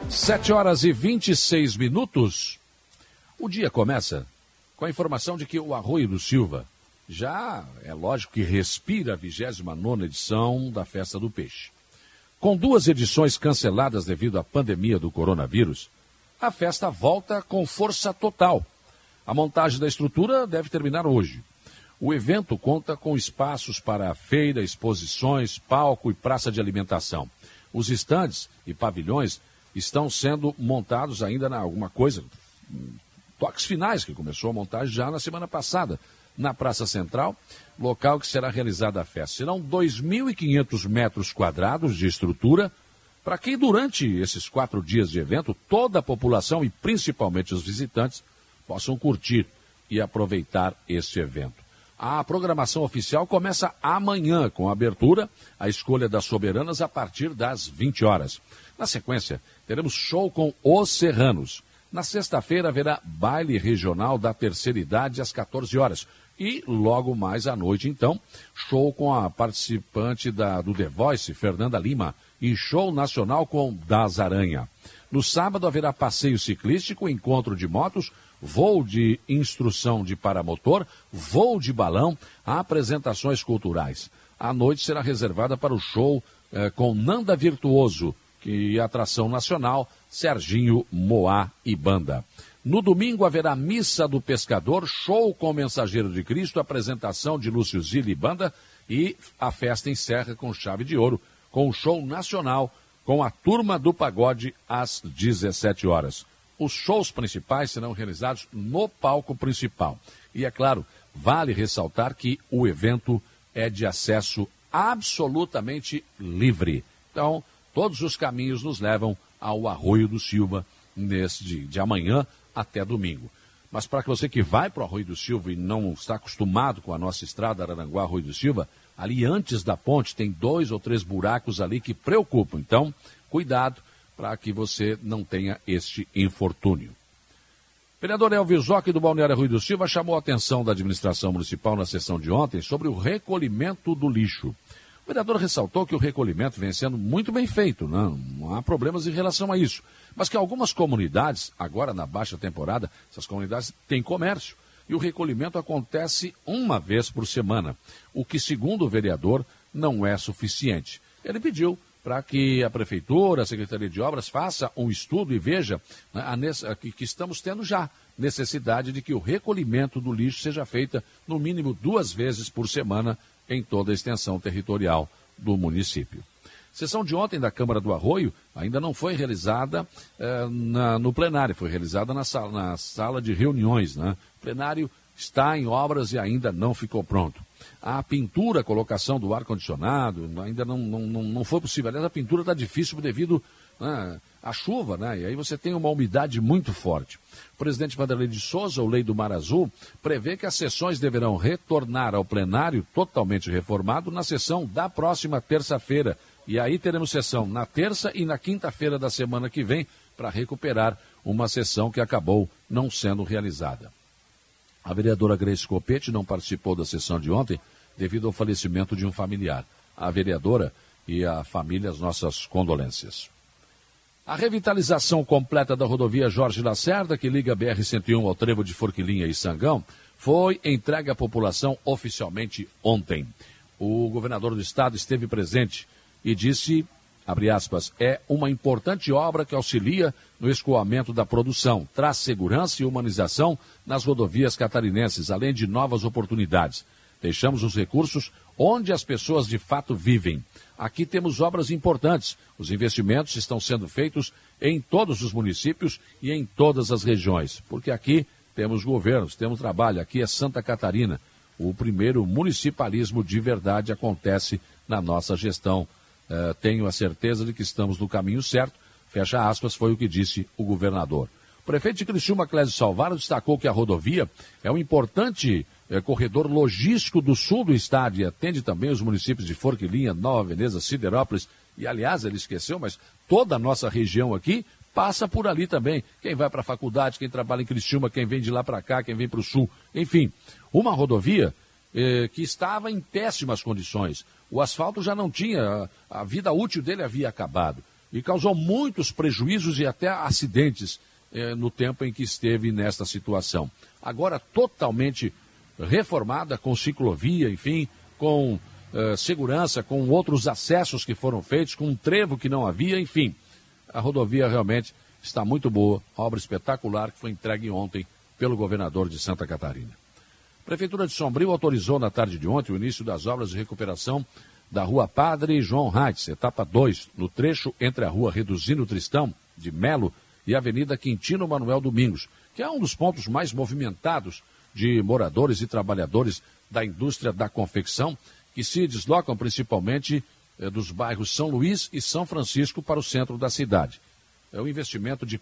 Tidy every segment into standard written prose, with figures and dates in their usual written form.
7h26. O dia começa com a informação de que o Arroio do Silva já, é lógico que respira a 29ª edição da Festa do Peixe. Com 2 edições canceladas devido à pandemia do coronavírus, a festa volta com força total. A montagem da estrutura deve terminar hoje. O evento conta com espaços para feira, exposições, palco e praça de alimentação. Os estandes e pavilhões estão sendo montados ainda na alguma coisa, toques finais, que começou a montagem já na semana passada, na Praça Central, local que será realizada a festa. Serão 2.500 metros quadrados de estrutura, para que durante esses 4 dias de evento, toda a população e principalmente os visitantes possam curtir e aproveitar este evento. A programação oficial começa amanhã, com a abertura, a escolha das soberanas a partir das 20 horas. Na sequência, teremos show com Os Serranos. Na sexta-feira haverá baile regional da terceira idade às 14 horas. E logo mais à noite, então, show com a participante do The Voice, Fernanda Lima, e show nacional com Das Aranha. No sábado haverá passeio ciclístico, encontro de motos, voo de instrução de paramotor, voo de balão, apresentações culturais. A noite será reservada para o show com Nanda Virtuoso, que é atração nacional, Serginho, Moá e Banda. No domingo haverá Missa do Pescador, show com o Mensageiro de Cristo, apresentação de Lúcio Zilli e Banda, e a festa encerra com chave de ouro, com o show nacional, com a Turma do Pagode às 17 horas. Os shows principais serão realizados no palco principal. E, é claro, vale ressaltar que o evento é de acesso absolutamente livre. Então, todos os caminhos nos levam ao Arroio do Silva de amanhã até domingo. Mas para você que vai para o Arroio do Silva e não está acostumado com a nossa estrada Araranguá-Arroio do Silva, ali antes da ponte tem 2 ou 3 buracos ali que preocupam. Então, cuidado para que você não tenha este infortúnio. O vereador Elvio Zocchi, do Balneário Arroio do Silva, chamou a atenção da administração municipal na sessão de ontem sobre o recolhimento do lixo. O vereador ressaltou que o recolhimento vem sendo muito bem feito, não há problemas em relação a isso. Mas que algumas comunidades, agora na baixa temporada, essas comunidades têm comércio e o recolhimento acontece 1 vez por semana, o que, segundo o vereador, não é suficiente. Ele pediu para que a Prefeitura, a Secretaria de Obras, faça um estudo e veja que estamos tendo já necessidade de que o recolhimento do lixo seja feito no mínimo 2 vezes por semana em toda a extensão territorial do município. Sessão de ontem da Câmara do Arroio ainda não foi realizada no plenário, foi realizada na sala de reuniões. O plenário está em obras e ainda não ficou pronto. A pintura, a colocação do ar-condicionado, ainda não foi possível. Aliás, a pintura está difícil devido à chuva, e aí você tem uma umidade muito forte. O presidente Vanderlei de Souza, o Lei do Mar Azul, prevê que as sessões deverão retornar ao plenário totalmente reformado na sessão da próxima terça-feira. E aí teremos sessão na terça e na quinta-feira da semana que vem para recuperar uma sessão que acabou não sendo realizada. A vereadora Grace Copete não participou da sessão de ontem devido ao falecimento de um familiar. A vereadora e a família, as nossas condolências. A revitalização completa da rodovia Jorge Lacerda, que liga a BR-101 ao trevo de Forquilinha e Sangão, foi entregue à população oficialmente ontem. O governador do estado esteve presente e disse, abre aspas, é uma importante obra que auxilia no escoamento da produção, traz segurança e humanização nas rodovias catarinenses, além de novas oportunidades. Deixamos os recursos onde as pessoas de fato vivem. Aqui temos obras importantes. Os investimentos estão sendo feitos em todos os municípios e em todas as regiões, porque aqui temos governos, temos trabalho. Aqui é Santa Catarina. O primeiro municipalismo de verdade acontece na nossa gestão. Tenho a certeza de que estamos no caminho certo. Fecha aspas, foi o que disse o governador. O prefeito de Criciúma, Clésio Salvaro, destacou que a rodovia é um importante corredor logístico do sul do estado e atende também os municípios de Forquilinha, Nova Veneza, Siderópolis. E, aliás, ele esqueceu, mas toda a nossa região aqui passa por ali também. Quem vai para a faculdade, quem trabalha em Criciúma, quem vem de lá para cá, quem vem para o sul. Enfim, uma rodovia que estava em péssimas condições. O asfalto já não tinha, a vida útil dele havia acabado. e causou muitos prejuízos e até acidentes no tempo em que esteve nesta situação. Agora totalmente reformada, com ciclovia, enfim, com segurança, com outros acessos que foram feitos, com um trevo que não havia, enfim. A rodovia realmente está muito boa, obra espetacular que foi entregue ontem pelo governador de Santa Catarina. A Prefeitura de Sombrio autorizou na tarde de ontem o início das obras de recuperação da Rua Padre João Reitz, etapa 2, no trecho entre a Rua Reduzino Tristão de Melo e a Avenida Quintino Manuel Domingos, que é um dos pontos mais movimentados de moradores e trabalhadores da indústria da confecção, que se deslocam principalmente dos bairros São Luís e São Francisco para o centro da cidade. É um investimento de R$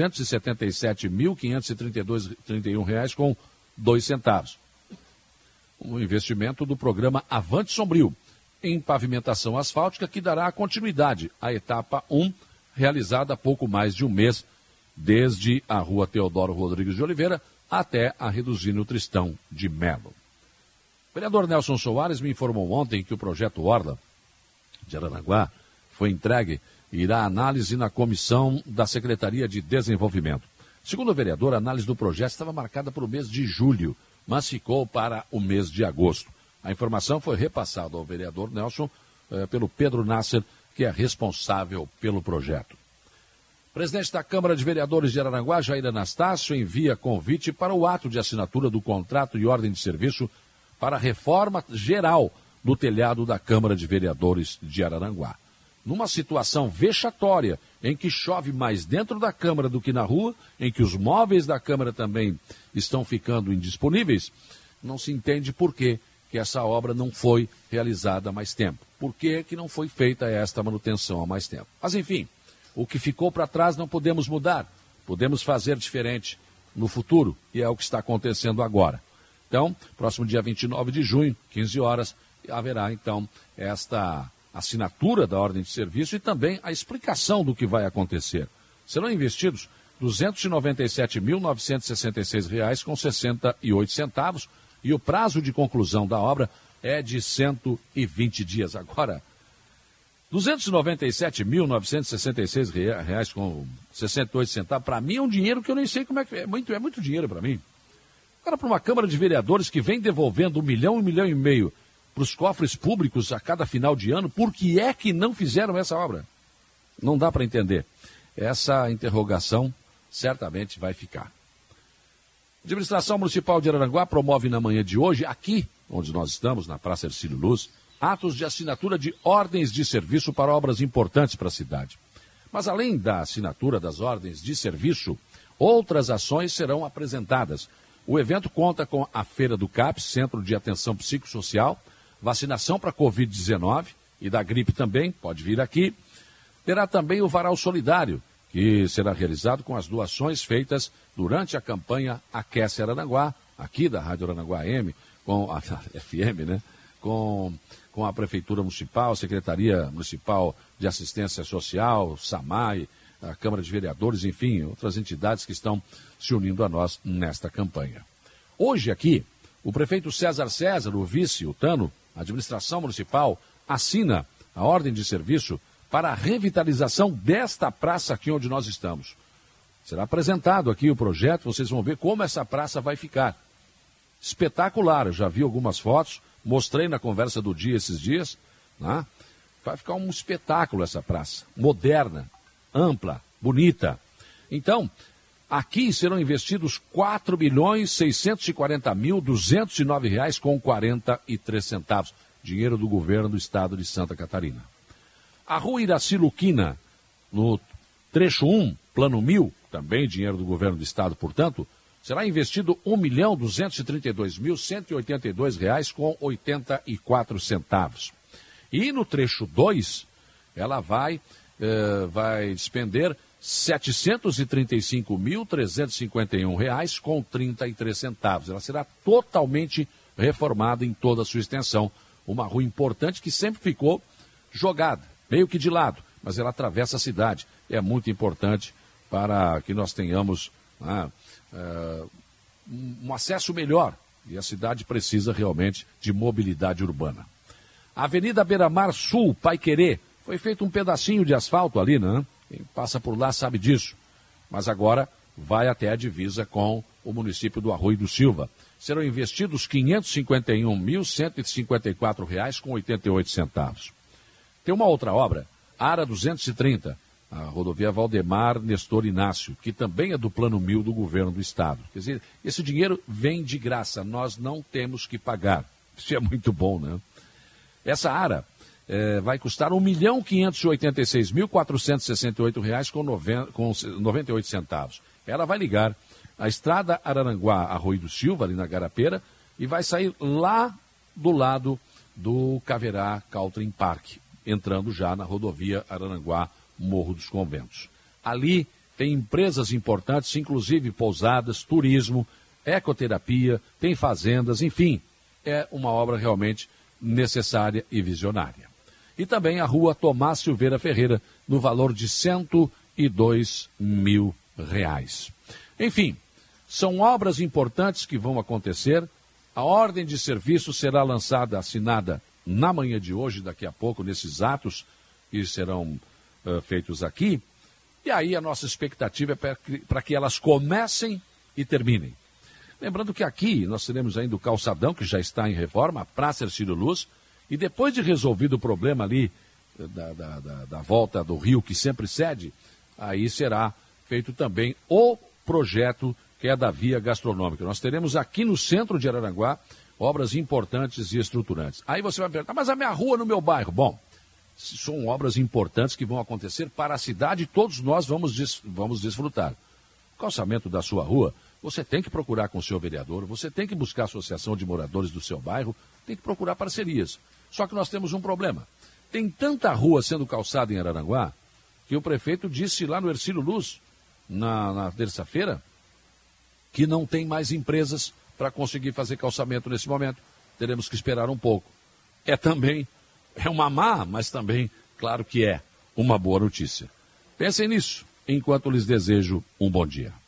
477.532,31 um investimento do programa Avante Sombrio, em pavimentação asfáltica, que dará continuidade à etapa 1, realizada há pouco mais de um mês, desde a Rua Teodoro Rodrigues de Oliveira até a Reduzino Tristão de Melo. O vereador Nelson Soares me informou ontem que o projeto Orla de Araranguá foi entregue e irá análise na comissão da Secretaria de Desenvolvimento. Segundo o vereador, a análise do projeto estava marcada para o mês de julho, mas ficou para o mês de agosto. A informação foi repassada ao vereador Nelson pelo Pedro Nasser, que é responsável pelo projeto. O presidente da Câmara de Vereadores de Araranguá, Jair Anastácio, envia convite para o ato de assinatura do contrato e ordem de serviço para a reforma geral do telhado da Câmara de Vereadores de Araranguá. Numa situação vexatória, em que chove mais dentro da Câmara do que na rua, em que os móveis da Câmara também estão ficando indisponíveis, não se entende por que essa obra não foi realizada há mais tempo. Por que não foi feita esta manutenção há mais tempo? Mas, enfim, o que ficou para trás não podemos mudar. Podemos fazer diferente no futuro, e é o que está acontecendo agora. Então, próximo dia 29 de junho, 15 horas, haverá, então, esta assinatura da ordem de serviço e também a explicação do que vai acontecer. Serão investidos R$ 297.966,68 e o prazo de conclusão da obra é de 120 dias. Agora, R$ 297.966,68, para mim é um dinheiro que eu nem sei como é que é. É muito dinheiro para mim. Agora, para uma Câmara de Vereadores que vem devolvendo 1 milhão, 1,5 milhão para os cofres públicos a cada final de ano, por que é que não fizeram essa obra? Não dá para entender. Essa interrogação certamente vai ficar. A Administração Municipal de Araranguá promove na manhã de hoje, aqui onde nós estamos, na Praça Hercílio Luz, atos de assinatura de ordens de serviço para obras importantes para a cidade. Mas além da assinatura das ordens de serviço, outras ações serão apresentadas. O evento conta com a Feira do CAPS, Centro de Atenção Psicossocial, vacinação para Covid-19 e da gripe também, pode vir aqui. Terá também o Varal Solidário, que será realizado com as doações feitas durante a campanha Aquece Araranguá, aqui da Rádio Araranguá AM, com a FM, né? Com a Prefeitura Municipal, Secretaria Municipal de Assistência Social, SAMAI, a Câmara de Vereadores, enfim, outras entidades que estão se unindo a nós nesta campanha. Hoje aqui, o prefeito César César, o vice, o Tano, a administração municipal, assina a ordem de serviço para a revitalização desta praça aqui onde nós estamos. Será apresentado aqui o projeto, vocês vão ver como essa praça vai ficar. Espetacular, eu já vi algumas fotos, mostrei na conversa do dia esses dias, né? Vai ficar um espetáculo essa praça, moderna, ampla, bonita. Então, aqui serão investidos R$ 4.640.209,43, dinheiro do governo do estado de Santa Catarina. A Rua Iraci Luquina, no trecho 1, plano 1000, também dinheiro do governo do estado, portanto, será investido R$ 1.232.182,84. E no trecho 2, ela vai despender R$ 735.351,33. Ela será totalmente reformada em toda a sua extensão. Uma rua importante que sempre ficou jogada, meio que de lado, mas ela atravessa a cidade. É muito importante para que nós tenhamos um acesso melhor. E a cidade precisa realmente de mobilidade urbana. A Avenida Beira-Mar Sul, Paiquerê, Foi feito um pedacinho de asfalto ali, né? Quem passa por lá sabe disso. Mas agora vai até a divisa com o município do Arroio do Silva. Serão investidos R$ 551.154,88. Tem uma outra obra, a Área 230, a rodovia Valdemar Nestor Inácio, que também é do Plano 1000 do governo do estado. Quer dizer, esse dinheiro vem de graça, nós não temos que pagar. Isso é muito bom, né? Essa área vai custar R$ 1.586.468,98. Ela vai ligar a estrada Araranguá-Arroio do Silva, ali na Garapeira, e vai sair lá do lado do Caverá Caltrim Park, entrando já na rodovia Araranguá-Morro dos Conventos. Ali tem empresas importantes, inclusive pousadas, turismo, ecoterapia, tem fazendas, enfim, é uma obra realmente necessária e visionária. E também a rua Tomás Silveira Ferreira, no valor de R$ 102 mil. Enfim, são obras importantes que vão acontecer. A ordem de serviço será lançada, assinada na manhã de hoje, daqui a pouco, nesses atos que serão feitos aqui. E aí a nossa expectativa é para que elas comecem e terminem. Lembrando que aqui nós teremos ainda o calçadão, que já está em reforma, a Praça Hercílio Luz, e depois de resolvido o problema ali da volta do rio, que sempre cede, aí será feito também o projeto que é da via gastronômica. Nós teremos aqui no centro de Araranguá obras importantes e estruturantes. Aí você vai me perguntar, mas a minha rua no meu bairro? Bom, são obras importantes que vão acontecer para a cidade e todos nós vamos desfrutar. O calçamento da sua rua, você tem que procurar com o seu vereador, você tem que buscar a associação de moradores do seu bairro, tem que procurar parcerias. Só que nós temos um problema. Tem tanta rua sendo calçada em Araranguá que o prefeito disse lá no Hercílio Luz, na terça-feira, que não tem mais empresas para conseguir fazer calçamento nesse momento. Teremos que esperar um pouco. É uma má, mas também, claro que é uma boa notícia. Pensem nisso, enquanto lhes desejo um bom dia.